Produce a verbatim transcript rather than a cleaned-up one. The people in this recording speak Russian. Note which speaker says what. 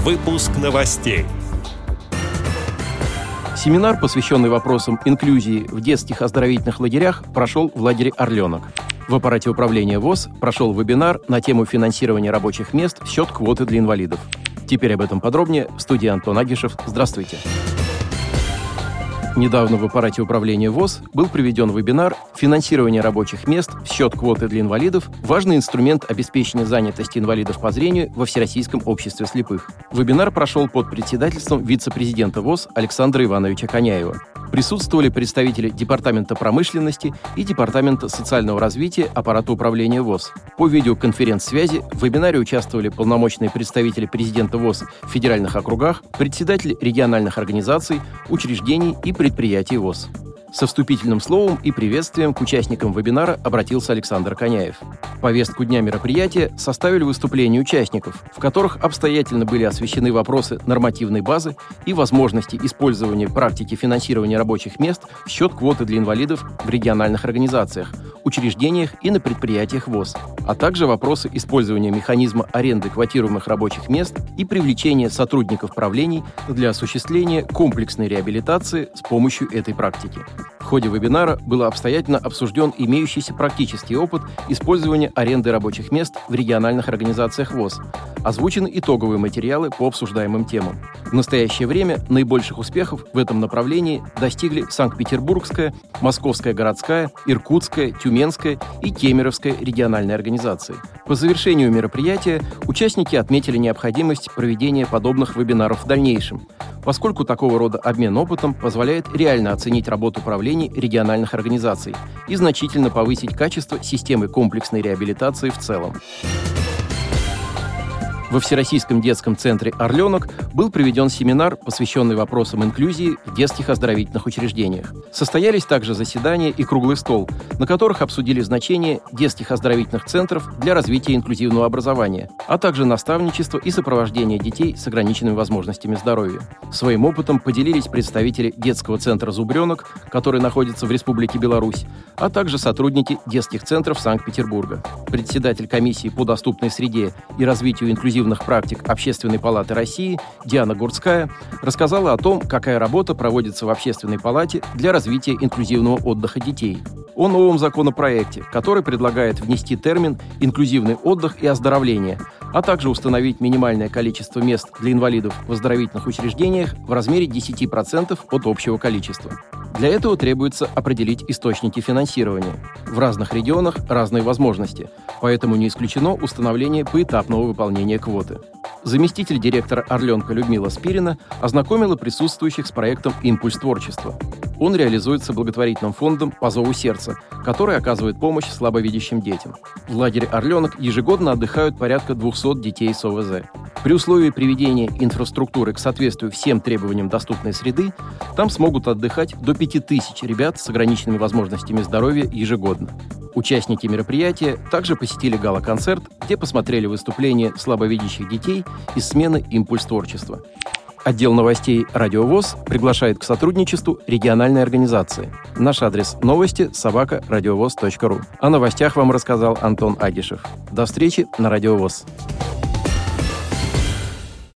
Speaker 1: Выпуск новостей.
Speaker 2: Семинар, посвященный вопросам инклюзии в детских оздоровительных лагерях, прошел в лагере «Орленок». В аппарате управления ВОС прошел вебинар на тему финансирования рабочих мест в счет квоты для инвалидов. Теперь об этом подробнее. В студии Антон Агишев. Здравствуйте. Недавно в аппарате управления ВОС был проведен вебинар «Финансирование рабочих мест в счет квоты для инвалидов. Важный инструмент обеспечения занятости инвалидов по зрению во Всероссийском обществе слепых». Вебинар прошел под председательством вице-президента ВОС Александра Ивановича Коняева. Присутствовали представители Департамента промышленности и Департамента социального развития аппарата управления ВОС. По видеоконференц-связи в вебинаре участвовали полномочные представители президента ВОС в федеральных округах, председатели региональных организаций, учреждений и предприятий ВОС. Со вступительным словом и приветствием к участникам вебинара обратился Александр Коняев. Повестку дня мероприятия составили выступления участников, в которых обстоятельно были освещены вопросы нормативной базы и возможности использования практики финансирования рабочих мест в счет квоты для инвалидов в региональных организациях, учреждениях и на предприятиях ВОС, а также вопросы использования механизма аренды квотируемых рабочих мест и привлечения сотрудников правлений для осуществления комплексной реабилитации с помощью этой практики. В ходе вебинара был обстоятельно обсужден имеющийся практический опыт использования аренды рабочих мест в региональных организациях ВОС. Озвучены итоговые материалы по обсуждаемым темам. В настоящее время наибольших успехов в этом направлении достигли Санкт-Петербургская, Московская городская, Иркутская, Тюменская и Кемеровская региональные организации. По завершению мероприятия участники отметили необходимость проведения подобных вебинаров в дальнейшем, поскольку такого рода обмен опытом позволяет реально оценить работу правлений региональных организаций и значительно повысить качество системы комплексной реабилитации в целом. Во Всероссийском детском центре «Орленок» был проведен семинар, посвященный вопросам инклюзии в детских оздоровительных учреждениях. Состоялись также заседания и круглый стол, на которых обсудили значение детских оздоровительных центров для развития инклюзивного образования, а также наставничество и сопровождение детей с ограниченными возможностями здоровья. Своим опытом поделились представители детского центра «Зубренок», который находится в Республике Беларусь, а также сотрудники детских центров Санкт-Петербурга. Председатель комиссии по доступной среде и развитию инклюзивного практик Общественной палаты России Диана Гурцкая рассказала о том, какая работа проводится в Общественной палате для развития инклюзивного отдыха детей, о новом законопроекте, который предлагает внести термин «инклюзивный отдых и оздоровление», а также установить минимальное количество мест для инвалидов в оздоровительных учреждениях в размере десять процентов от общего количества. Для этого требуется определить источники финансирования. В разных регионах разные возможности, поэтому не исключено установление поэтапного выполнения квоты. Заместитель директора «Орленка» Людмила Спирина ознакомила присутствующих с проектом «Импульс творчества». Он реализуется благотворительным фондом «По зову сердца», который оказывает помощь слабовидящим детям. В лагере «Орленок» ежегодно отдыхают порядка двухсот детей с О В З. При условии приведения инфраструктуры к соответствию всем требованиям доступной среды, там смогут отдыхать до пяти тысяч ребят с ограниченными возможностями здоровья ежегодно. Участники мероприятия также посетили гала-концерт, где посмотрели выступления слабовидящих детей из смены «Импульс творчества». Отдел новостей «Радио ВОС» приглашает к сотрудничеству региональной организации. Наш адрес новости собака радиовоз точка ру. О новостях вам рассказал Антон Агишев. До встречи на Радио ВОС.